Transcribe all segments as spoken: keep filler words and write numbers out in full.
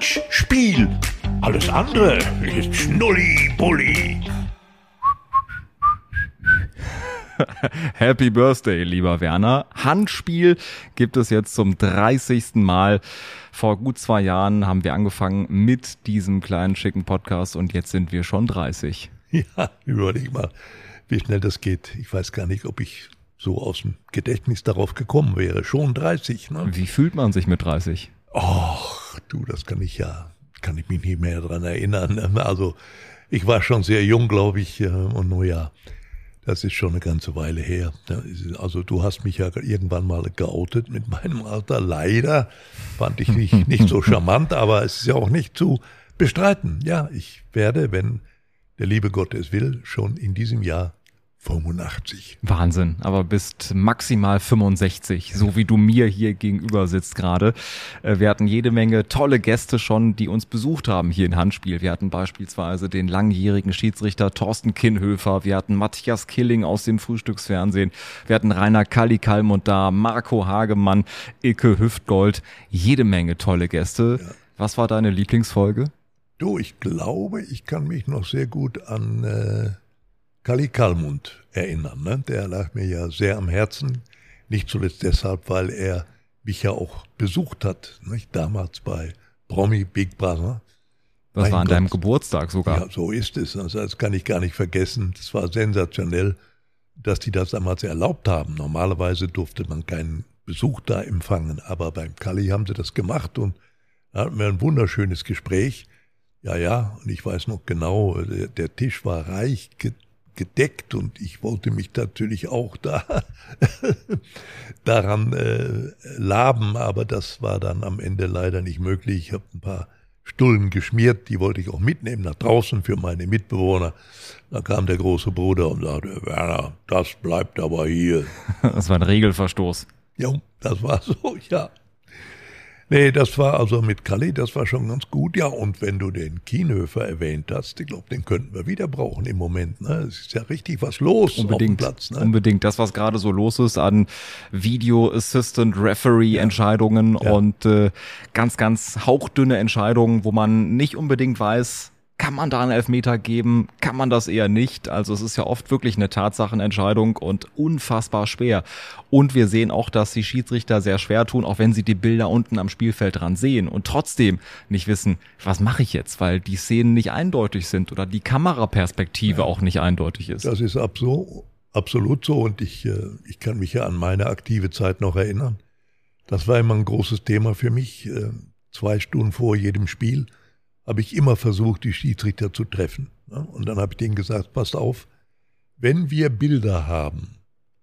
Mensch, Spiel. Alles andere ist Schnulli-Bulli. Happy Birthday, lieber Werner. Handspiel gibt es jetzt zum dreißigsten Mal. Vor gut zwei Jahren haben wir angefangen mit diesem kleinen schicken Podcast und jetzt sind wir schon dreißig. Ja, überleg mal, wie schnell das geht. Ich weiß gar nicht, ob ich so aus dem Gedächtnis darauf gekommen wäre. Schon dreißig, ne? Wie fühlt man sich mit dreißig? Och, du, das kann ich ja, kann ich mich nicht mehr dran erinnern. Also, ich war schon sehr jung, glaube ich, und nur ja. Das ist schon eine ganze Weile her. Also du hast mich ja irgendwann mal geoutet mit meinem Alter. Leider fand ich mich nicht so charmant, aber es ist ja auch nicht zu bestreiten. Ja, ich werde, wenn der liebe Gott es will, schon in diesem Jahr fünfundachtzig. Wahnsinn, aber bist maximal fünfundsechzig, so wie du mir hier gegenüber sitzt gerade. Wir hatten jede Menge tolle Gäste schon, die uns besucht haben hier in Handspiel. Wir hatten beispielsweise den langjährigen Schiedsrichter Thorsten Kinnhöfer, wir hatten Matthias Killing aus dem Frühstücksfernsehen, wir hatten Rainer Kalli-Kalmund da, Marco Hagemann, Ilke Hüftgold, jede Menge tolle Gäste. Ja. Was war deine Lieblingsfolge? Du, ich glaube, ich kann mich noch sehr gut an äh Kalli-Kalmund erinnern, ne? Der lag mir ja sehr am Herzen, nicht zuletzt deshalb, weil er mich ja auch besucht hat, nicht? Damals bei Promi Big Brother. Das mein war an Gott. Deinem Geburtstag sogar. Ja, so ist es, also das kann ich gar nicht vergessen, das war sensationell, dass die das damals erlaubt haben. Normalerweise durfte man keinen Besuch da empfangen, aber beim Kalli haben sie das gemacht und da hatten wir ein wunderschönes Gespräch. Ja, ja, und ich weiß noch genau, der, der Tisch war reich gedeckt und ich wollte mich natürlich auch da daran äh, laben, aber das war dann am Ende leider nicht möglich. Ich habe ein paar Stullen geschmiert, die wollte ich auch mitnehmen nach draußen für meine Mitbewohner. Da kam der große Bruder und sagte, Werner, das bleibt aber hier. Das war ein Regelverstoß. Ja, das war so, ja. Nee, das war also mit Kalli, das war schon ganz gut. Ja, und wenn du den Kienhöfer erwähnt hast, ich glaube, den könnten wir wieder brauchen im Moment. Ne? Es ist ja richtig was los unbedingt, auf dem Platz. Ne? Unbedingt. Das, was gerade so los ist an Video Assistant Referee Entscheidungen ja. und äh, ganz, ganz hauchdünne Entscheidungen, wo man nicht unbedingt weiß, kann man da einen Elfmeter geben? Kann man das eher nicht? Also es ist ja oft wirklich eine Tatsachenentscheidung und unfassbar schwer. Und wir sehen auch, dass die Schiedsrichter sehr schwer tun, auch wenn sie die Bilder unten am Spielfeld dran sehen und trotzdem nicht wissen, was mache ich jetzt, weil die Szenen nicht eindeutig sind oder die Kameraperspektive ja. auch nicht eindeutig ist. Das ist absolut, absolut so und ich, ich kann mich ja an meine aktive Zeit noch erinnern. Das war immer ein großes Thema für mich. Zwei Stunden vor jedem Spiel habe ich immer versucht, die Schiedsrichter zu treffen. Und dann habe ich denen gesagt, passt auf, wenn wir Bilder haben,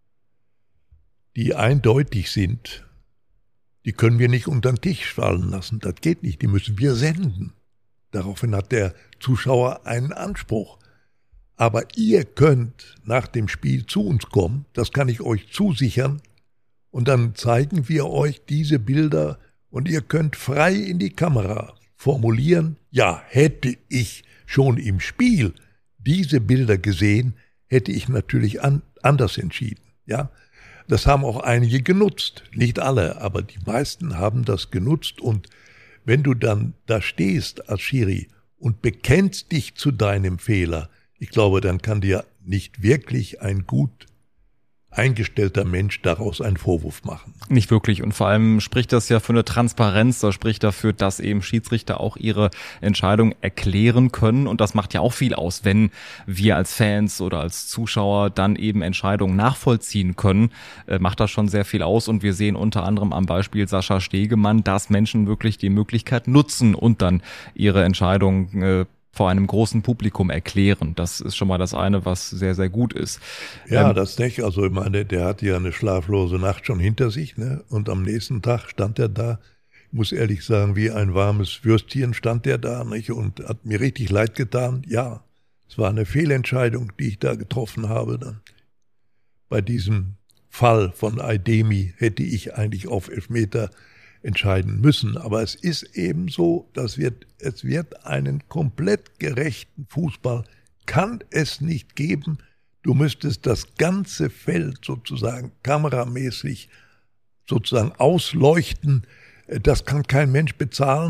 die eindeutig sind, die können wir nicht unter den Tisch fallen lassen. Das geht nicht, die müssen wir senden. Daraufhin hat der Zuschauer einen Anspruch. Aber ihr könnt nach dem Spiel zu uns kommen, das kann ich euch zusichern, und dann zeigen wir euch diese Bilder und ihr könnt frei in die Kamera formulieren, ja, hätte ich schon im Spiel diese Bilder gesehen, hätte ich natürlich an, anders entschieden. Ja, das haben auch einige genutzt, nicht alle, aber die meisten haben das genutzt. Und wenn du dann da stehst als Schiri und bekennst dich zu deinem Fehler, ich glaube, dann kann dir nicht wirklich ein gut eingestellter Mensch daraus einen Vorwurf machen. Nicht wirklich. Und vor allem spricht das ja für eine Transparenz, das spricht dafür, dass eben Schiedsrichter auch ihre Entscheidung erklären können. Und das macht ja auch viel aus, wenn wir als Fans oder als Zuschauer dann eben Entscheidungen nachvollziehen können, äh, macht das schon sehr viel aus. Und wir sehen unter anderem am Beispiel Sascha Stegemann, dass Menschen wirklich die Möglichkeit nutzen und dann ihre Entscheidung äh, vor einem großen Publikum erklären. Das ist schon mal das eine, was sehr, sehr gut ist. Ja, ähm, das nicht. Also ich meine, der hat ja eine schlaflose Nacht schon hinter sich, ne? Und am nächsten Tag stand er da, ich muss ehrlich sagen, wie ein warmes Würstchen stand er da, nicht? Und hat mir richtig leid getan. Ja, es war eine Fehlentscheidung, die ich da getroffen habe. Dann bei diesem Fall von Aydemi hätte ich eigentlich auf Elfmeter entscheiden müssen. Aber es ist eben so, dass wir, es wird einen komplett gerechten Fußball, kann es nicht geben. Du müsstest das ganze Feld sozusagen kameramäßig sozusagen ausleuchten. Das kann kein Mensch bezahlen.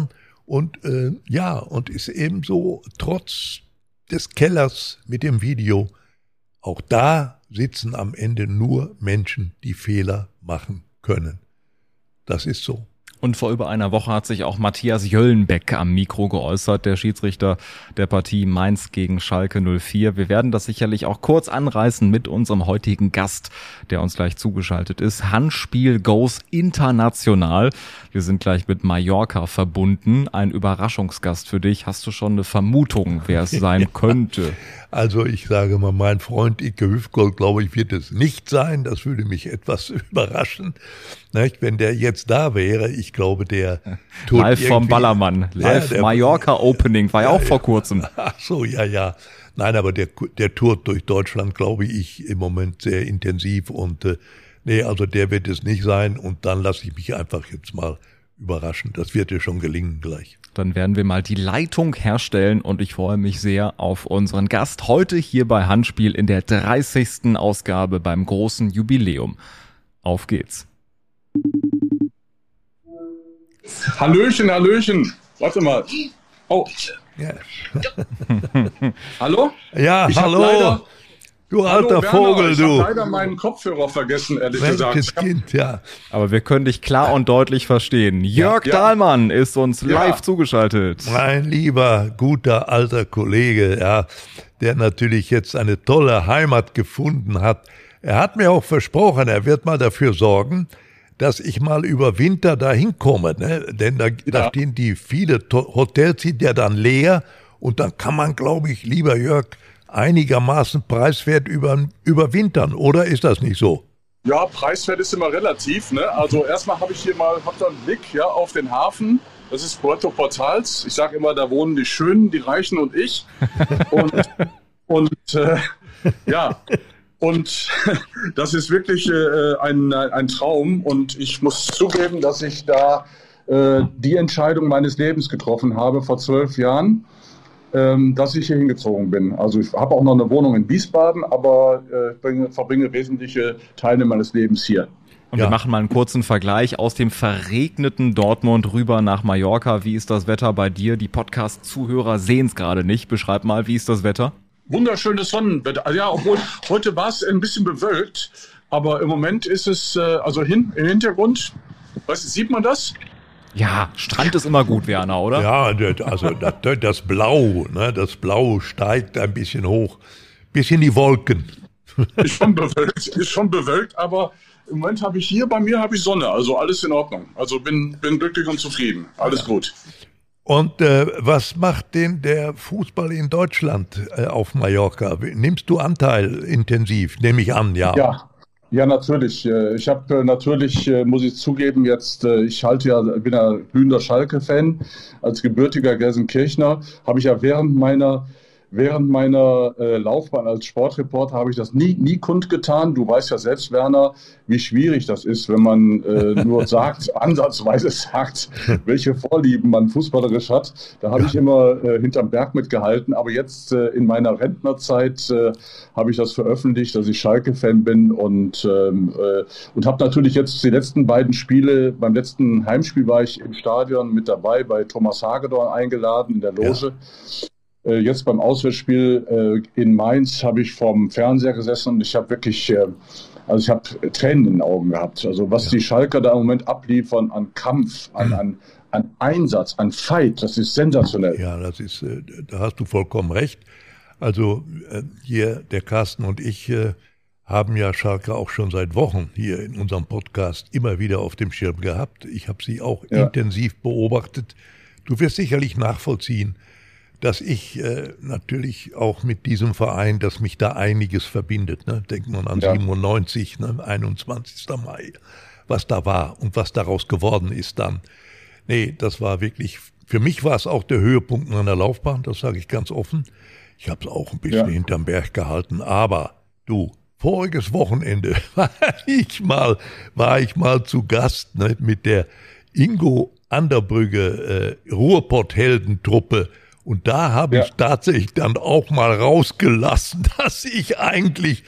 Und äh, ja, und ist ebenso trotz des Kellers mit dem Video, auch da sitzen am Ende nur Menschen, die Fehler machen können. Das ist so. Und vor über einer Woche hat sich auch Matthias Jöllenbeck am Mikro geäußert, der Schiedsrichter der Partie Mainz gegen Schalke null vier. Wir werden das sicherlich auch kurz anreißen mit unserem heutigen Gast, der uns gleich zugeschaltet ist. Handspiel goes international. Wir sind gleich mit Mallorca verbunden. Ein Überraschungsgast für dich. Hast du schon eine Vermutung, wer es sein ja. könnte? Also ich sage mal, mein Freund Icke Hüfgold, glaube ich, wird es nicht sein. Das würde mich etwas überraschen. Nicht? Wenn der jetzt da wäre, ich glaube, der tut live vom Ballermann, live ja, Mallorca Opening, war ja, ja auch vor kurzem. Ach so, ja, ja. Nein, aber der, der tourt durch Deutschland, glaube ich, im Moment sehr intensiv und äh, nee, also der wird es nicht sein und dann lasse ich mich einfach jetzt mal überraschen. Das wird dir schon gelingen gleich. Dann werden wir mal die Leitung herstellen und ich freue mich sehr auf unseren Gast heute hier bei Handspiel in der dreißigsten Ausgabe beim großen Jubiläum. Auf geht's. Hallöchen, Hallöchen. Warte mal. Oh. Ja. Hallo? Ja, ich hallo. Leider, du alter hallo, Vogel, Werner, du. Ich habe leider meinen Kopfhörer vergessen, ehrlich Welches gesagt. Kind, ja. Aber wir können dich klar und deutlich verstehen. Jörg ja. Dahlmann ist uns live ja. zugeschaltet. Mein lieber, guter, alter Kollege, ja, der natürlich jetzt eine tolle Heimat gefunden hat. Er hat mir auch versprochen, er wird mal dafür sorgen, dass ich mal über Winter da hinkomme, ne? Denn da, ja. da stehen die viele Hotels, sind ja dann leer und dann kann man, glaube ich, lieber Jörg, einigermaßen preiswert über, überwintern, oder ist das nicht so? Ja, preiswert ist immer relativ, ne? Also erstmal habe ich hier mal, hab da einen Blick ja, auf den Hafen. Das ist Puerto Portals. Ich sage immer, da wohnen die Schönen, die Reichen und ich. Und, und äh, ja, und das ist wirklich äh, ein, ein Traum. Und ich muss zugeben, dass ich da äh, die Entscheidung meines Lebens getroffen habe vor zwölf Jahren, ähm, dass ich hier hingezogen bin. Also ich habe auch noch eine Wohnung in Wiesbaden, aber äh, bringe, verbringe wesentliche Teile meines Lebens hier. Und ja. wir machen mal einen kurzen Vergleich aus dem verregneten Dortmund rüber nach Mallorca. Wie ist das Wetter bei dir? Die Podcast-Zuhörer sehen es gerade nicht. Beschreib mal, wie ist das Wetter? Wunderschönes Sonnenwetter. Also ja, obwohl heute war es ein bisschen bewölkt, aber im Moment ist es, äh, also hin, im Hintergrund, weißt du, sieht man das? Ja, Strand ist immer gut, Werner, oder? Ja, also das, das Blau, ne, das Blau steigt ein bisschen hoch, bis in die Wolken. Ist schon bewölkt, ist schon bewölkt, aber im Moment habe ich hier bei mir habe ich Sonne, also alles in Ordnung. Also bin, bin glücklich und zufrieden, alles ja. gut. Und äh, was macht denn der Fußball in Deutschland äh, auf Mallorca? Nimmst du Anteil intensiv? Nehme ich an, ja. Ja, ja natürlich. Ich habe natürlich, muss ich zugeben, jetzt, ich halte ja, bin ja glühender Schalke-Fan. Als gebürtiger Gelsenkirchner habe ich ja während meiner Während meiner äh, Laufbahn als Sportreporter habe ich das nie, nie kundgetan. Du weißt ja selbst, Werner, wie schwierig das ist, wenn man äh, nur sagt, ansatzweise sagt, welche Vorlieben man fußballerisch hat. Da habe ich immer äh, hinterm Berg mitgehalten. Aber jetzt äh, in meiner Rentnerzeit äh, habe ich das veröffentlicht, dass ich Schalke-Fan bin und, ähm, äh, und habe natürlich jetzt die letzten beiden Spiele, beim letzten Heimspiel war ich im Stadion mit dabei, bei Thomas Hagedorn eingeladen in der Loge. Ja. Jetzt beim Auswärtsspiel in Mainz habe ich vorm Fernseher gesessen und ich habe wirklich, also ich habe Tränen in den Augen gehabt. Also was ja. die Schalker da im Moment abliefern an Kampf, an, an, an Einsatz, an Fight, das ist sensationell. Ja, das ist, da hast du vollkommen recht. Also hier, der Carsten und ich haben ja Schalke auch schon seit Wochen hier in unserem Podcast immer wieder auf dem Schirm gehabt. Ich habe sie auch ja. intensiv beobachtet. Du wirst sicherlich nachvollziehen, dass ich äh, natürlich auch mit diesem Verein, dass mich da einiges verbindet. Ne? Denkt man an ja. siebenundneunzig, ne? einundzwanzigsten Mai, was da war und was daraus geworden ist dann. Nee, das war wirklich, für mich war es auch der Höhepunkt meiner Laufbahn, das sage ich ganz offen. Ich habe es auch ein bisschen ja. hinterm Berg gehalten, aber du, voriges Wochenende war ich mal, war ich mal zu Gast, ne? mit der Ingo Anderbrügge äh, Ruhrpott-Heldentruppe. Und da habe ja. ich tatsächlich dann auch mal rausgelassen, dass ich eigentlich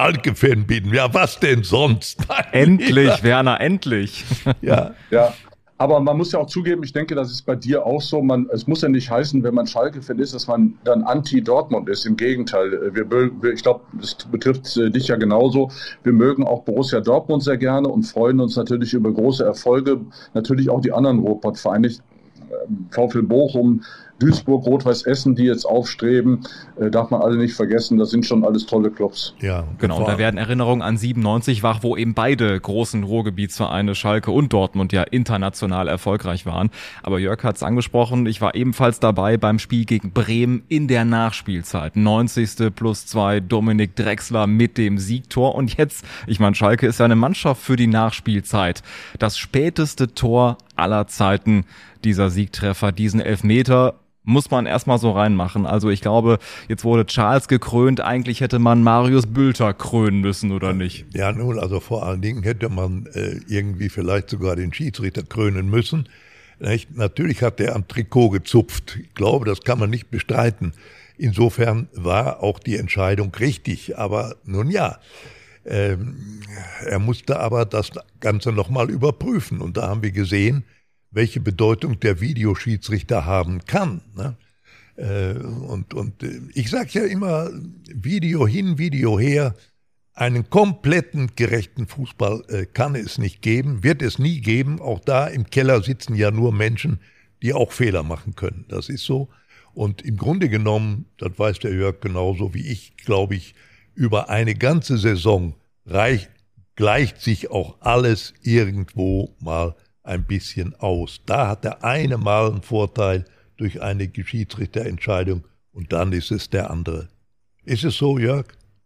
Schalke-Fan bin. Ja, was denn sonst? Endlich, Werner, endlich. Ja, ja. Aber man muss ja auch zugeben, ich denke, das ist bei dir auch so. Man, es muss ja nicht heißen, wenn man Schalke-Fan ist, dass man dann anti-Dortmund ist. Im Gegenteil. Wir, wir, ich glaube, das betrifft dich ja genauso. Wir mögen auch Borussia Dortmund sehr gerne und freuen uns natürlich über große Erfolge. Natürlich auch die anderen Ruhrpott-Vereine. VfL Bochum, Duisburg, Rot-Weiß Essen, die jetzt aufstreben, äh, darf man alle nicht vergessen, das sind schon alles tolle Clubs. Ja, genau, und da werden Erinnerungen an siebenundneunzig wach, wo eben beide großen Ruhrgebietsvereine, Schalke und Dortmund, ja international erfolgreich waren. Aber Jörg hat es angesprochen, ich war ebenfalls dabei beim Spiel gegen Bremen in der Nachspielzeit. neunzigste plus zwei, Dominik Drexler mit dem Siegtor. Und jetzt, ich meine, Schalke ist ja eine Mannschaft für die Nachspielzeit. Das späteste Tor aller Zeiten, dieser Siegtreffer, diesen Elfmeter, muss man erstmal so reinmachen. Also ich glaube, jetzt wurde Charles gekrönt, eigentlich hätte man Marius Bülter krönen müssen, oder nicht? Ja, nun, also vor allen Dingen hätte man äh, irgendwie vielleicht sogar den Schiedsrichter krönen müssen. Nicht? Natürlich hat der am Trikot gezupft. Ich glaube, das kann man nicht bestreiten. Insofern war auch die Entscheidung richtig. Aber nun ja, ähm, er musste aber das Ganze nochmal überprüfen. Und da haben wir gesehen, welche Bedeutung der Videoschiedsrichter haben kann. Ne? Äh, und, und ich sage ja immer, Video hin, Video her, einen kompletten gerechten Fußball äh, kann es nicht geben, wird es nie geben. Auch da im Keller sitzen ja nur Menschen, die auch Fehler machen können. Das ist so. Und im Grunde genommen, das weiß der Jörg genauso wie ich, glaube ich, über eine ganze Saison reich, gleicht sich auch alles irgendwo mal ein bisschen aus. Da hat der eine mal einen Vorteil durch eine Schiedsrichterentscheidung und dann ist es der andere. Ist es so, Jörg?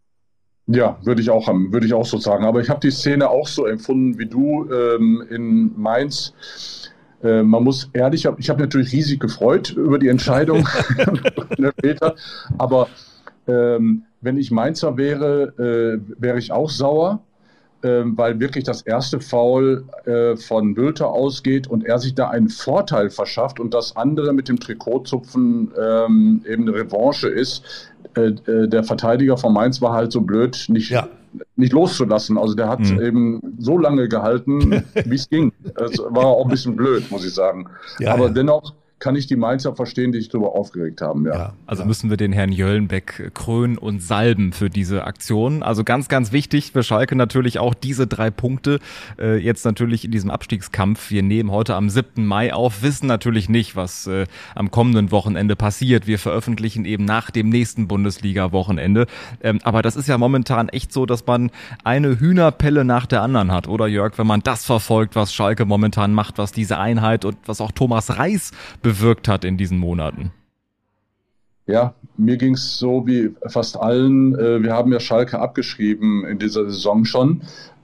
Ja, würde ich auch haben, würde ich auch so sagen. Aber ich habe die Szene auch so empfunden wie du ähm, in Mainz. Äh, man muss ehrlich, ich habe natürlich riesig gefreut über die Entscheidung später. Aber ähm, wenn ich Mainzer wäre, äh, wäre ich auch sauer. Ähm, weil wirklich das erste Foul äh, von Bülter ausgeht und er sich da einen Vorteil verschafft und das andere mit dem Trikotzupfen ähm, eben eine Revanche ist. Äh, äh, der Verteidiger von Mainz war halt so blöd, nicht, ja. nicht loszulassen. Also der hat mhm. eben so lange gehalten, wie es ging. Es war auch ein bisschen blöd, muss ich sagen. Ja, Aber ja. dennoch kann ich die Mainzer verstehen, die sich darüber aufgeregt haben. Ja. ja also ja. müssen wir den Herrn Jöllenbeck krönen und salben für diese Aktion. Also ganz, ganz wichtig für Schalke natürlich auch diese drei Punkte. Äh, jetzt natürlich in diesem Abstiegskampf. Wir nehmen heute am siebten Mai auf, wissen natürlich nicht, was äh, am kommenden Wochenende passiert. Wir veröffentlichen eben nach dem nächsten Bundesliga-Wochenende. Ähm, aber das ist ja momentan echt so, dass man eine Hühnerpelle nach der anderen hat, oder Jörg? Wenn man das verfolgt, was Schalke momentan macht, was diese Einheit und was auch Thomas Reis bewirkt hat in diesen Monaten. Ja, mir ging es so wie fast allen. Wir haben ja Schalke abgeschrieben in dieser Saison schon.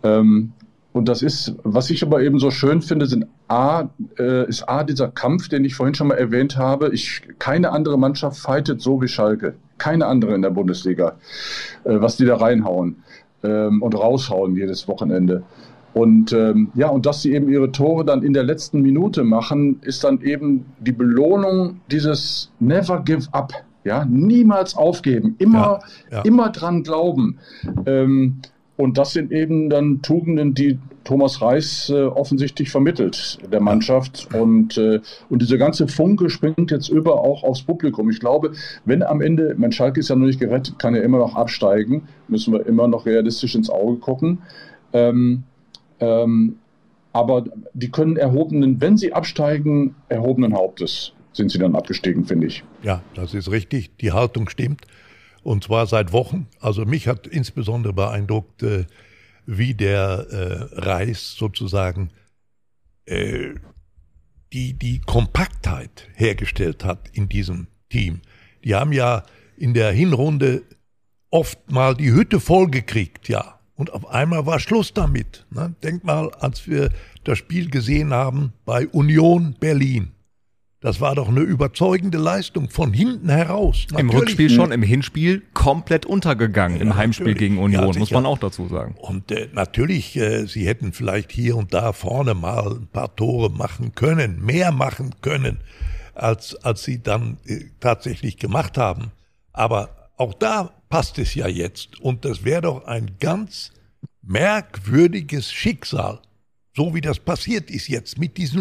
Und das ist, was ich aber eben so schön finde, sind A, ist A dieser Kampf, den ich vorhin schon mal erwähnt habe. Ich, keine andere Mannschaft fightet so wie Schalke. Keine andere in der Bundesliga, was die da reinhauen und raushauen jedes Wochenende. Und ähm, ja, und dass sie eben ihre Tore dann in der letzten Minute machen, ist dann eben die Belohnung dieses Never give up. Ja, niemals aufgeben, immer, ja, ja. immer dran glauben. Ähm, und das sind eben dann Tugenden, die Thomas Reis äh, offensichtlich vermittelt der Mannschaft. Ja. Und, äh, und diese ganze Funke springt jetzt über auch aufs Publikum. Ich glaube, wenn am Ende, mein Schalke ist ja noch nicht gerettet, kann er immer noch absteigen, müssen wir immer noch realistisch ins Auge gucken. Ähm, Ähm, aber die können erhobenen, wenn sie absteigen, erhobenen Hauptes sind sie dann abgestiegen, finde ich. Ja, das ist richtig. Die Haltung stimmt. Und zwar seit Wochen. Also mich hat insbesondere beeindruckt, äh, wie der äh, Reis sozusagen äh, die, die Kompaktheit hergestellt hat in diesem Team. Die haben ja in der Hinrunde oft mal die Hütte vollgekriegt, ja. Und auf einmal war Schluss damit. Ne? Denk mal, als wir das Spiel gesehen haben bei Union Berlin. Das war doch eine überzeugende Leistung von hinten heraus. Natürlich. Im Rückspiel schon, im Hinspiel komplett untergegangen, ja, im Heimspiel natürlich. Gegen Union, ja, muss man auch dazu sagen. Und äh, natürlich, äh, sie hätten vielleicht hier und da vorne mal ein paar Tore machen können, mehr machen können, als, als sie dann äh, tatsächlich gemacht haben. Aber auch da passt es ja jetzt. Und das wäre doch ein ganz merkwürdiges Schicksal, so wie das passiert ist jetzt mit diesen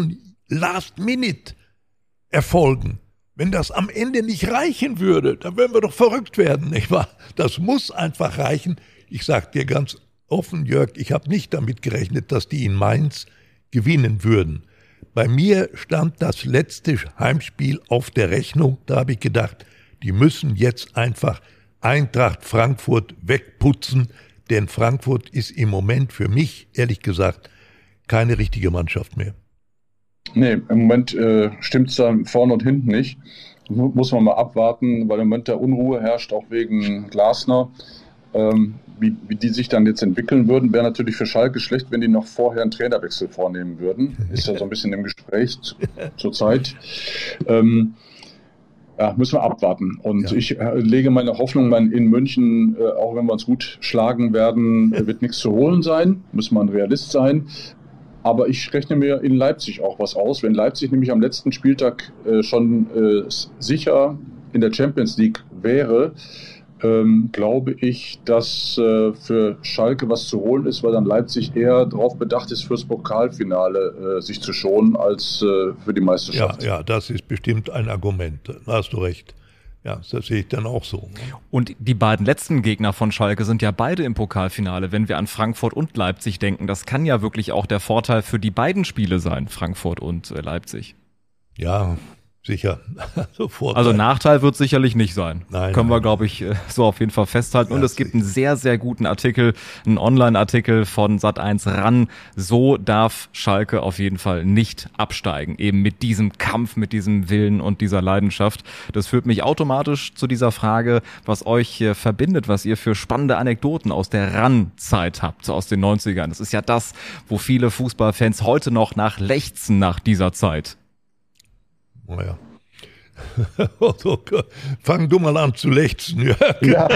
Last-Minute-Erfolgen, wenn das am Ende nicht reichen würde, dann würden wir doch verrückt werden, nicht wahr? Das muss einfach reichen. Ich sage dir ganz offen, Jörg, ich habe nicht damit gerechnet, dass die in Mainz gewinnen würden. Bei mir stand das letzte Heimspiel auf der Rechnung. Da habe ich gedacht, die müssen jetzt einfach Eintracht Frankfurt wegputzen, denn Frankfurt ist im Moment für mich, ehrlich gesagt, keine richtige Mannschaft mehr. Nee, im Moment äh, stimmt es dann vorne und hinten nicht. Muss man mal abwarten, weil im Moment der Unruhe herrscht, auch wegen Glasner. Ähm, wie, wie die sich dann jetzt entwickeln würden, wäre natürlich für Schalke schlecht, wenn die noch vorher einen Trainerwechsel vornehmen würden. Ist ja so ein bisschen im Gespräch zu, zur Zeit. Ähm, ja, müssen wir abwarten. Und ja. ich äh, lege meine Hoffnung in München, äh, auch wenn wir uns gut schlagen werden, äh, wird nichts zu holen sein. Muss man Realist sein. Aber ich rechne mir in Leipzig auch was aus. Wenn Leipzig nämlich am letzten Spieltag äh, schon äh, sicher in der Champions League wäre, ähm, glaube ich, dass äh, für Schalke was zu holen ist, weil dann Leipzig eher darauf bedacht ist, fürs Pokalfinale äh, sich zu schonen, als äh, für die Meisterschaft. Ja, ja, das ist bestimmt ein Argument. Da hast du recht. Ja, das sehe ich dann auch so. Und die beiden letzten Gegner von Schalke sind ja beide im Pokalfinale. Wenn wir an Frankfurt und Leipzig denken, das kann ja wirklich auch der Vorteil für die beiden Spiele sein, Frankfurt und äh, Leipzig. Ja, sicher. Also, also Nachteil wird sicherlich nicht sein. Nein, Können nein. wir, glaube ich, so auf jeden Fall festhalten. Und Ja, es gibt einen sehr, sehr guten Artikel, einen Online-Artikel von Sat eins ran. So darf Schalke auf jeden Fall nicht absteigen. Eben mit diesem Kampf, mit diesem Willen und dieser Leidenschaft. Das führt mich automatisch zu dieser Frage, was euch hier verbindet, was ihr für spannende Anekdoten aus der Ran-Zeit habt, so aus den neunzigern. Das ist ja das, wo viele Fußballfans heute noch nach lechzen nach dieser Zeit. Naja. Fang du mal an zu lechzen, Jörg. Ja,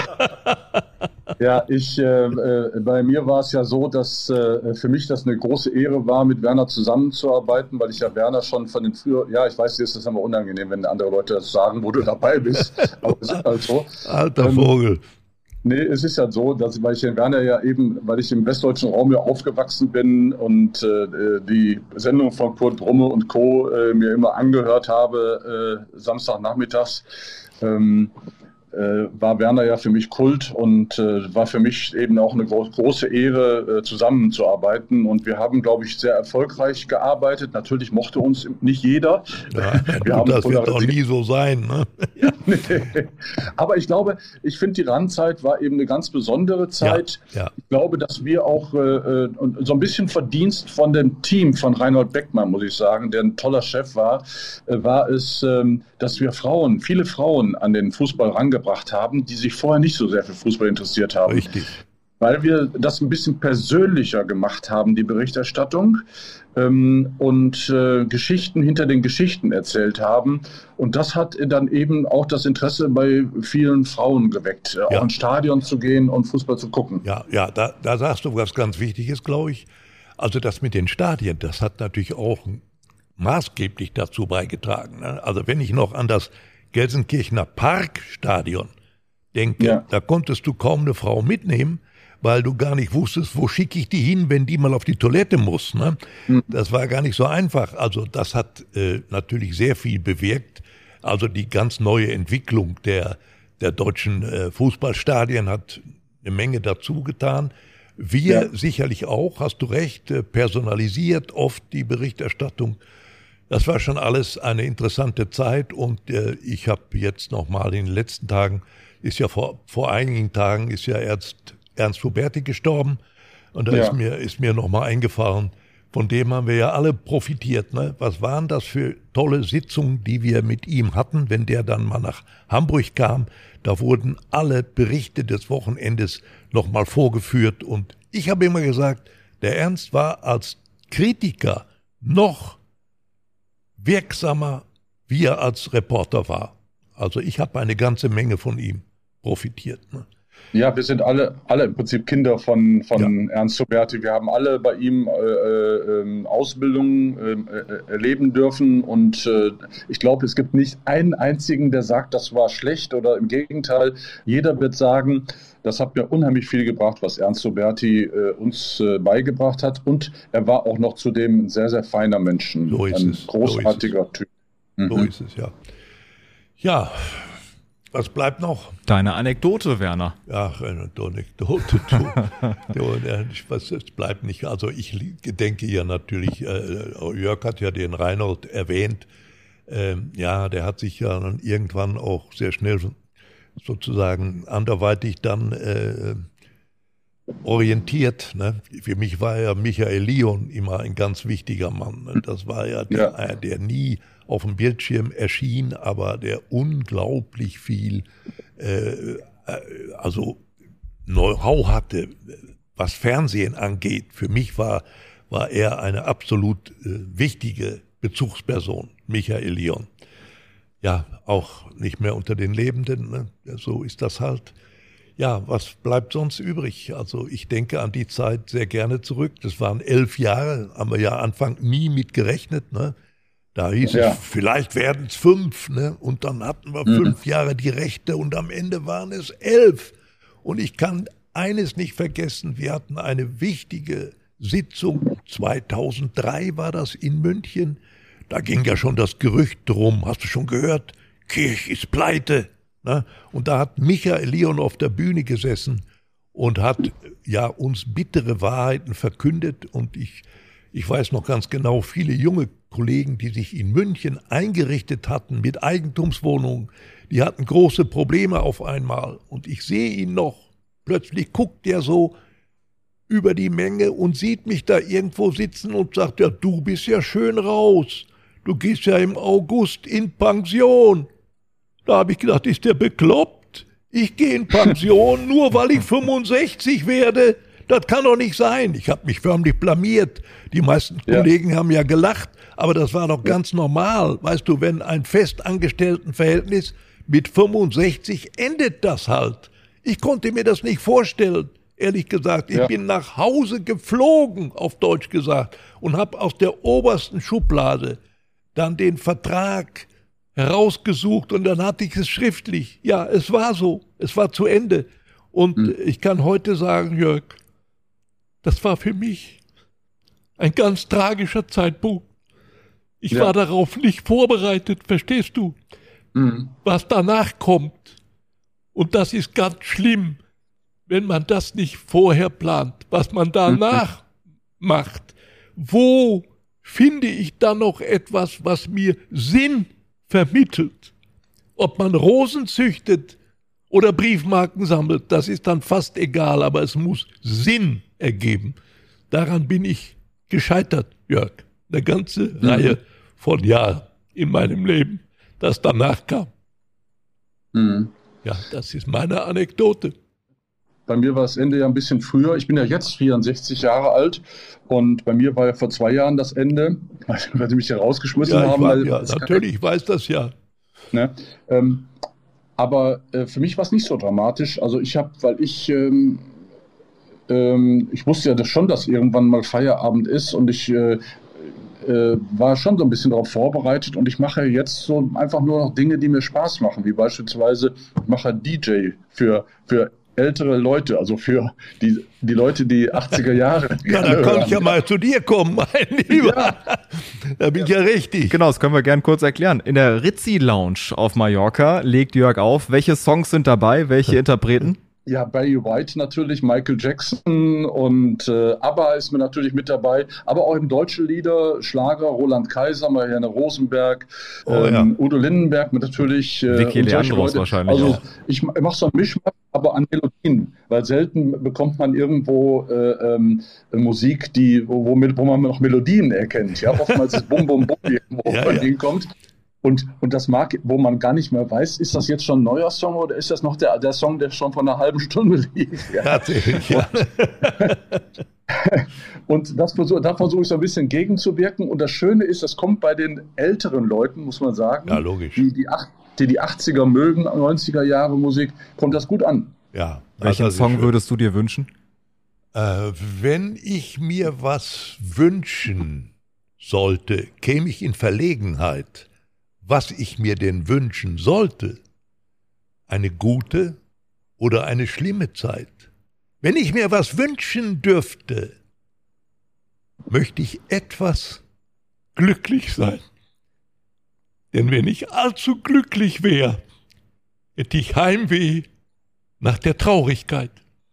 ja ich, äh, äh, bei mir war es ja so, dass äh, für mich das eine große Ehre war, mit Werner zusammenzuarbeiten, weil ich ja Werner schon von den früher, ja, ich weiß, jetzt ist das immer unangenehm, wenn andere Leute das sagen, wo du dabei bist, aber es ist halt so. Alter ähm, Vogel. Nee, es ist ja so, dass, weil ich den Werner ja eben, weil ich im westdeutschen Raum ja aufgewachsen bin und äh, die Sendung von Kurt Brumme und Co. Äh, mir immer angehört habe, äh, Samstagnachmittags, ähm, äh, war Werner ja für mich Kult und äh, war für mich eben auch eine gro- große Ehre, äh, zusammenzuarbeiten. Und wir haben, glaube ich, sehr erfolgreich gearbeitet. Natürlich mochte uns nicht jeder. Ja, wir du, haben das wird auch nie so sein. Ne? Nee. Aber ich glaube, ich finde, die Randzeit war eben eine ganz besondere Zeit. Ja, ja. Ich glaube, dass wir auch äh, und so ein bisschen Verdienst von dem Team von Reinhold Beckmann, muss ich sagen, der ein toller Chef war, äh, war es, ähm, dass wir Frauen, viele Frauen an den Fußball rangebracht haben, die sich vorher nicht so sehr für Fußball interessiert haben. Richtig. Weil wir das ein bisschen persönlicher gemacht haben, die Berichterstattung, ähm, und äh, Geschichten hinter den Geschichten erzählt haben. Und das hat dann eben auch das Interesse bei vielen Frauen geweckt, äh, Ja. auch ins Stadion zu gehen und Fußball zu gucken. Ja, ja, da, da sagst du was ganz Wichtiges, glaube ich. Also das mit den Stadien, das hat natürlich auch maßgeblich dazu beigetragen. Ne? Also wenn ich noch an das Gelsenkirchener Parkstadion denke, Ja. da konntest du kaum eine Frau mitnehmen, weil du gar nicht wusstest, wo schicke ich die hin, wenn die mal auf die Toilette muss. Ne? Mhm. Das war gar nicht so einfach. Also das hat äh, natürlich sehr viel bewirkt. Also die ganz neue Entwicklung der, der deutschen äh, Fußballstadien hat eine Menge dazu getan. Wir ja. sicherlich auch, hast du recht, äh, personalisiert oft die Berichterstattung. Das war schon alles eine interessante Zeit und äh, ich habe jetzt nochmal in den letzten Tagen, ist ja vor, vor einigen Tagen, ist ja Ernst, Ernst Huberti gestorben und da ja. ist mir, ist mir nochmal eingefallen, von dem haben wir ja alle profitiert. Ne? Was waren das für tolle Sitzungen, die wir mit ihm hatten, wenn der dann mal nach Hamburg kam. Da wurden alle Berichte des Wochenendes nochmal vorgeführt und ich habe immer gesagt, der Ernst war als Kritiker noch wirksamer, wie er als Reporter war. Also ich habe eine ganze Menge von ihm profitiert. Ne? Ja, wir sind alle, alle im Prinzip Kinder von, von ja. Ernst Huberti. Wir haben alle bei ihm äh, äh, Ausbildung äh, erleben dürfen und äh, ich glaube, es gibt nicht einen einzigen, der sagt, das war schlecht oder im Gegenteil. Jeder wird sagen, das hat mir unheimlich viel gebracht, was Ernst Huberti äh, uns äh, beigebracht hat und er war auch noch zudem ein sehr, sehr feiner Mensch, so ist ein es. großartiger so Typ. Mhm. So ist es, ja. Ja. Was bleibt noch? Deine Anekdote, Werner. Ach, eine Anekdote. Du. Was bleibt nicht? Also ich denke ja natürlich, äh, Jörg hat ja den Reinhold erwähnt. Ähm, ja, der hat sich ja dann irgendwann auch sehr schnell sozusagen anderweitig dann äh, orientiert. Ne? Für mich war ja Michael Lion immer ein ganz wichtiger Mann. Ne? Das war ja der, ja. der nie auf dem Bildschirm erschien, aber der unglaublich viel äh, also Know-how hatte, was Fernsehen angeht. Für mich war, war er eine absolut äh, wichtige Bezugsperson, Michael Lion. Ja, auch nicht mehr unter den Lebenden, ne? So ist das halt. Ja, was bleibt sonst übrig? Also ich denke an die Zeit sehr gerne zurück. Das waren elf Jahre, haben wir ja Anfang nie mit gerechnet, ne? Da hieß ja. es, vielleicht werden es fünf, ne? Und dann hatten wir mhm. fünf Jahre die Rechte und am Ende waren es elf. Und ich kann eines nicht vergessen, wir hatten eine wichtige Sitzung, zweitausenddrei war das in München. Da ging ja schon das Gerücht drum, hast du schon gehört? Kirch ist pleite. Ne? Und da hat Michael Lion auf der Bühne gesessen und hat ja uns bittere Wahrheiten verkündet. Und ich, ich weiß noch ganz genau, viele junge Kollegen, die sich in München eingerichtet hatten mit Eigentumswohnungen, die hatten große Probleme auf einmal. Und ich sehe ihn noch, plötzlich guckt er so über die Menge und sieht mich da irgendwo sitzen und sagt, ja, du bist ja schön raus. Du gehst ja im August in Pension. Da habe ich gedacht, ist der bekloppt? Ich gehe in Pension, nur weil ich fünfundsechzig werde. Das kann doch nicht sein. Ich habe mich förmlich blamiert. Die meisten ja. Kollegen haben ja gelacht, aber das war doch ganz normal. Weißt du, wenn ein Festangestelltenverhältnis mit fünfundsechzig endet das halt. Ich konnte mir das nicht vorstellen, ehrlich gesagt. Ich ja. bin nach Hause geflogen, auf Deutsch gesagt, und habe aus der obersten Schublade dann den Vertrag herausgesucht und dann hatte ich es schriftlich. Ja, es war so. Es war zu Ende. Und hm. ich kann heute sagen, Jörg, das war für mich ein ganz tragischer Zeitpunkt. Ich ja. war darauf nicht vorbereitet, verstehst du? Hm. Was danach kommt. Und das ist ganz schlimm, wenn man das nicht vorher plant, was man danach hm. macht. Wo finde ich dann noch etwas, was mir Sinn vermittelt? Ob man Rosen züchtet oder Briefmarken sammelt, das ist dann fast egal, aber es muss Sinn ergeben. Daran bin ich gescheitert, Jörg. Eine ganze mhm. Reihe von Jahren in meinem Leben, das danach kam. Mhm. Ja, das ist meine Anekdote. Bei mir war das Ende ja ein bisschen früher. Ich bin ja jetzt vierundsechzig Jahre alt und bei mir war ja vor zwei Jahren das Ende, weil sie mich ja rausgeschmissen ja, haben. War, weil ja, natürlich, ich weiß das ja. Ne? Ähm, aber äh, für mich war es nicht so dramatisch. Also ich habe, weil ich, ähm, ähm, ich wusste ja das schon, dass irgendwann mal Feierabend ist und ich äh, äh, war schon so ein bisschen darauf vorbereitet und ich mache jetzt so einfach nur noch Dinge, die mir Spaß machen, wie beispielsweise, ich mache D J für, für ältere Leute, also für die, die Leute, die achtziger Jahre. Ja, da kann ich ja mal zu dir kommen, mein Lieber. Ja. Da bin ich ja richtig. Genau, das können wir gern kurz erklären. In der Rizzi Lounge auf Mallorca legt Jörg auf. Welche Songs sind dabei? Welche Interpreten? Ja, Barry White natürlich, Michael Jackson und äh, ABBA ist mir natürlich mit dabei, aber auch im deutschen Lieder, Schlager, Roland Kaiser, Marianne Rosenberg, oh, ähm, ja. Udo Lindenberg natürlich. Äh, Vicky Leandros wahrscheinlich Also auch. ich mache so ein Mischmasch, aber an Melodien, weil selten bekommt man irgendwo äh, ähm, Musik, die, wo, wo, wo man noch Melodien erkennt. Ja, oftmals ist Bum Bum Bum irgendwo ja, von ja. denen kommt. Und, und das mag, wo man gar nicht mehr weiß, ist das jetzt schon ein neuer Song oder ist das noch der, der Song, der schon vor einer halben Stunde lief? Ja, tatsächlich, ja. Und das versuch, da versuche ich so ein bisschen gegenzuwirken. Und das Schöne ist, das kommt bei den älteren Leuten, muss man sagen, ja, logisch. Die, die, die die achtziger mögen, neunziger Jahre Musik, kommt das gut an. Ja. Welchen Song würdest du dir wünschen? Äh, wenn ich mir was wünschen sollte, käme ich in Verlegenheit, was ich mir denn wünschen sollte. Eine gute oder eine schlimme Zeit. Wenn ich mir was wünschen dürfte, möchte ich etwas glücklich sein. Denn wenn ich allzu glücklich wäre, hätte ich Heimweh nach der Traurigkeit.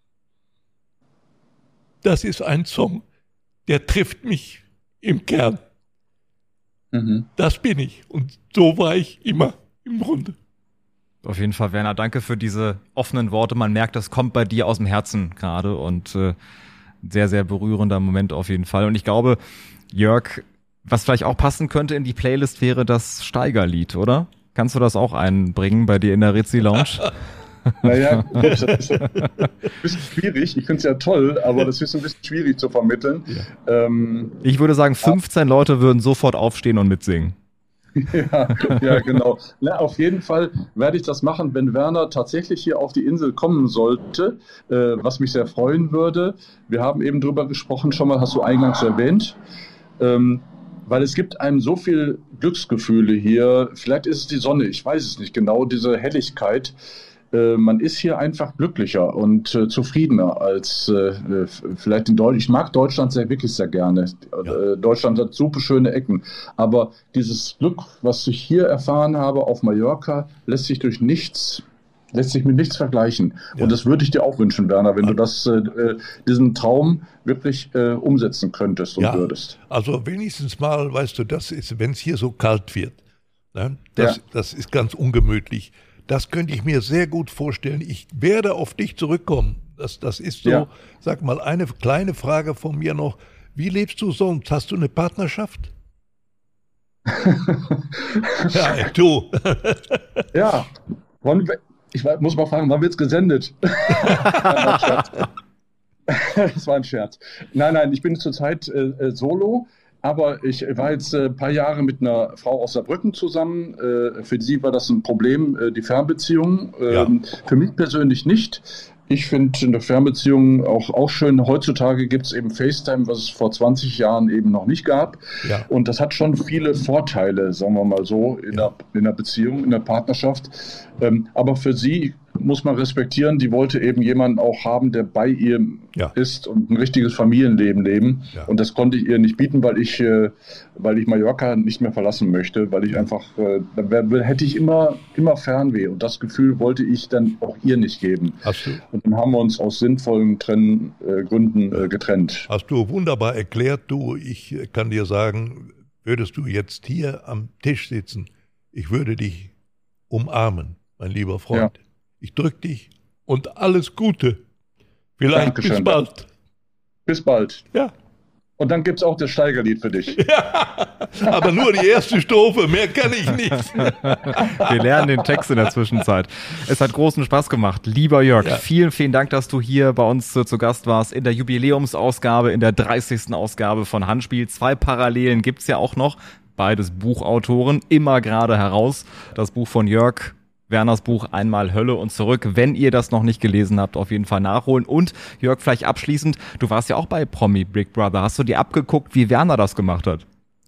Das ist ein Song, der trifft mich im Kern. Mhm. Das bin ich und so war ich immer im Grunde. Auf jeden Fall, Werner, danke für diese offenen Worte. Man merkt, das kommt bei dir aus dem Herzen gerade und äh, sehr, sehr berührender Moment auf jeden Fall. Und ich glaube, Jörg, was vielleicht auch passen könnte in die Playlist wäre das Steigerlied, oder? Kannst du das auch einbringen bei dir in der Rizzi Lounge? Naja, das ist ein bisschen schwierig. Ich finde es ja toll, aber das ist ein bisschen schwierig zu vermitteln. Ja. Ähm, ich würde sagen, fünfzehn ah, Leute würden sofort aufstehen und mitsingen. Ja, ja, genau. Na, auf jeden Fall werde ich das machen, wenn Werner tatsächlich hier auf die Insel kommen sollte, äh, was mich sehr freuen würde. Wir haben eben drüber gesprochen, schon mal hast du eingangs erwähnt, ähm, weil es gibt einem so viel Glücksgefühle hier. Vielleicht ist es die Sonne, ich weiß es nicht genau, diese Helligkeit. Äh, man ist hier einfach glücklicher und äh, zufriedener als äh, vielleicht in Deutschland. Ich mag Deutschland sehr, wirklich sehr gerne. Ja. Äh, Deutschland hat super schöne Ecken. Aber dieses Glück, was ich hier erfahren habe auf Mallorca, lässt sich durch nichts, lässt sich mit nichts vergleichen. Ja. Und das würde ich dir auch wünschen, Werner, wenn ja. du das, äh, diesen Traum wirklich äh, umsetzen könntest und ja. würdest. Also wenigstens mal, weißt du, das ist, wenn es hier so kalt wird, ne? das, ja. das ist ganz ungemütlich. Das könnte ich mir sehr gut vorstellen. Ich werde auf dich zurückkommen. Das, das ist so, ja. Sag mal, eine kleine Frage von mir noch. Wie lebst du sonst? Hast du eine Partnerschaft? Ja, du. Ja, ich muss mal fragen, wann wird es gesendet? Das war ein Scherz. Nein, nein, ich bin zurzeit äh, solo. Aber ich war jetzt ein paar Jahre mit einer Frau aus Saarbrücken zusammen. Für sie war das ein Problem, die Fernbeziehung. Ja. Für mich persönlich nicht. Ich finde eine Fernbeziehung auch, auch schön. Heutzutage gibt es eben FaceTime, was es vor zwanzig Jahren eben noch nicht gab. Ja. Und das hat schon viele Vorteile, sagen wir mal so, in, ja. der, in der Beziehung, in der Partnerschaft. Aber für sie muss man respektieren, die wollte eben jemanden auch haben, der bei ihr ja. ist und ein richtiges Familienleben leben. Ja. Und das konnte ich ihr nicht bieten, weil ich, äh, weil ich Mallorca nicht mehr verlassen möchte, weil ich einfach, äh, da hätte ich immer, immer Fernweh. Und das Gefühl wollte ich dann auch ihr nicht geben. Hast du? Und dann haben wir uns aus sinnvollen Trennen, äh, Gründen äh, getrennt. Hast du wunderbar erklärt, du, ich kann dir sagen, würdest du jetzt hier am Tisch sitzen, ich würde dich umarmen, mein lieber Freund. Ja. Ich drücke dich und alles Gute. Vielleicht Dankeschön. Bis bald. Bis bald. Ja. Und dann gibt es auch das Steigerlied für dich. Ja, aber nur die erste Strophe, mehr kann ich nicht. Wir lernen den Text in der Zwischenzeit. Es hat großen Spaß gemacht. Lieber Jörg, ja. vielen, vielen Dank, dass du hier bei uns zu, zu Gast warst in der Jubiläumsausgabe, in der dreißigsten Ausgabe von Handspiel. Zwei Parallelen gibt's ja auch noch. Beides Buchautoren, immer gerade heraus. Das Buch von Jörg, Werners Buch Einmal Hölle und zurück. Wenn ihr das noch nicht gelesen habt, auf jeden Fall nachholen. Und Jörg, vielleicht abschließend, du warst ja auch bei Promi Big Brother. Hast du dir abgeguckt, wie Werner das gemacht hat?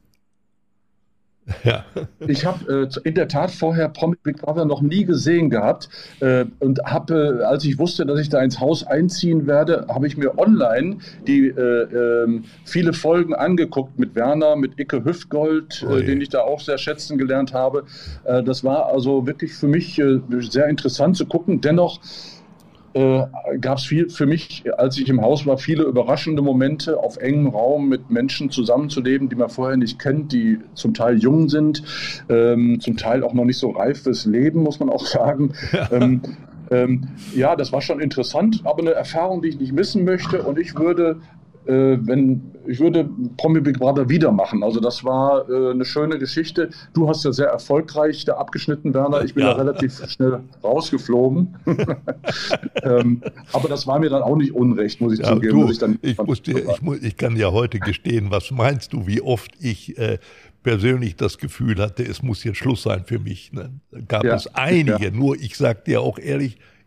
Ja. Ich habe äh, in der Tat vorher Promi Big Brother noch nie gesehen gehabt äh, und habe, äh, als ich wusste, dass ich da ins Haus einziehen werde, habe ich mir online die äh, äh, viele Folgen angeguckt mit Werner, mit Icke Hüftgold, oh, äh, den ich da auch sehr schätzen gelernt habe. Äh, das war also wirklich für mich äh, sehr interessant zu gucken. Dennoch Äh, gab es viel für mich, als ich im Haus war, viele überraschende Momente, auf engem Raum mit Menschen zusammenzuleben, die man vorher nicht kennt, die zum Teil jung sind, ähm, zum Teil auch noch nicht so reif fürs Leben, muss man auch sagen. Ja. Ähm, ähm, ja, das war schon interessant, aber eine Erfahrung, die ich nicht missen möchte. Und ich würde, äh, wenn ich würde Promi Big Brother wieder machen. Also das war äh, eine schöne Geschichte. Du hast ja sehr erfolgreich da abgeschnitten, Werner. Ich bin ja, ja relativ schnell rausgeflogen. ähm, aber das war mir dann auch nicht unrecht, muss ich ja, zugeben. Du, ich, dann ich, muss dir, ich, muss, ich kann ja heute gestehen, was meinst du, wie oft ich äh, persönlich das Gefühl hatte, es muss jetzt Schluss sein für mich. Ne? Da gab ja, es einige, ja. Nur ich sag dir auch ehrlich,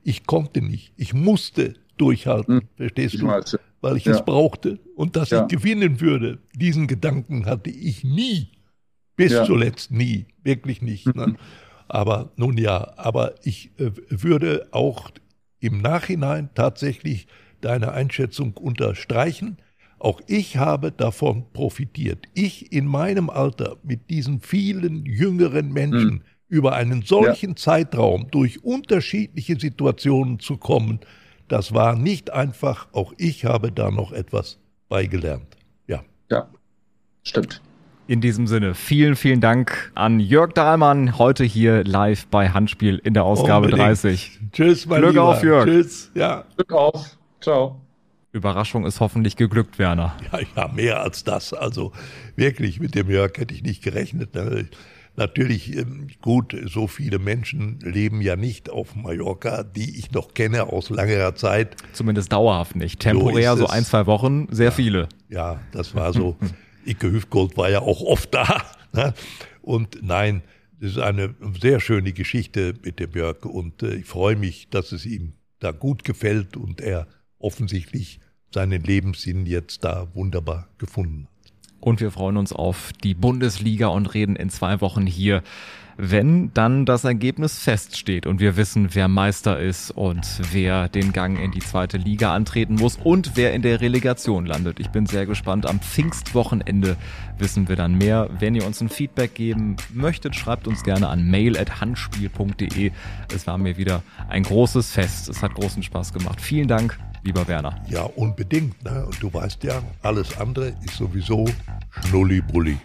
Ich konnte nicht. Ich musste durchhalten, hm. verstehst ich du? Weiß. Weil ich ja. es brauchte. Und dass ja. ich gewinnen würde, diesen Gedanken hatte ich nie. Bis ja. zuletzt nie. Wirklich nicht. Mhm. Ne? Aber nun ja, aber ich äh, würde auch im Nachhinein tatsächlich deine Einschätzung unterstreichen. Auch ich habe davon profitiert. Ich in meinem Alter mit diesen vielen jüngeren Menschen mhm. über einen solchen ja. Zeitraum durch unterschiedliche Situationen zu kommen, das war nicht einfach. Auch ich habe da noch etwas beigelernt. Ja. Ja, stimmt. In diesem Sinne, vielen, vielen Dank an Jörg Dahlmann, heute hier live bei Handspiel in der Ausgabe Unbedingt. dreißig. Tschüss, mein Glück Lieber. auf, Jörg. Tschüss, ja. Glück auf. Ciao. Überraschung ist hoffentlich geglückt, Werner. Ja, ja, mehr als das. Also wirklich, mit dem Jörg hätte ich nicht gerechnet. Natürlich, gut, so viele Menschen leben ja nicht auf Mallorca, die ich noch kenne aus längerer Zeit. Zumindest dauerhaft nicht. Temporär so, so ein, zwei Wochen, sehr ja, viele. Ja, das war so. Icke Hüftgold war ja auch oft da. Ne? Und nein, das ist eine sehr schöne Geschichte mit dem Jörg. Und äh, ich freue mich, dass es ihm da gut gefällt und er offensichtlich seinen Lebenssinn jetzt da wunderbar gefunden hat. Und wir freuen uns auf die Bundesliga und reden in zwei Wochen hier, wenn dann das Ergebnis feststeht und wir wissen, wer Meister ist und wer den Gang in die zweite Liga antreten muss und wer in der Relegation landet. Ich bin sehr gespannt. Am Pfingstwochenende wissen wir dann mehr. Wenn ihr uns ein Feedback geben möchtet, schreibt uns gerne an mail at handspiel punkt de. Es war mir wieder ein großes Fest. Es hat großen Spaß gemacht. Vielen Dank, lieber Werner. Ja, unbedingt. Ne? Und du weißt ja, alles andere ist sowieso Schnulli-Bulli.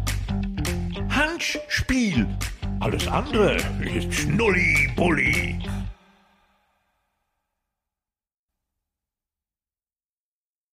Handspiel. Alles andere ist Schnulli-Bulli.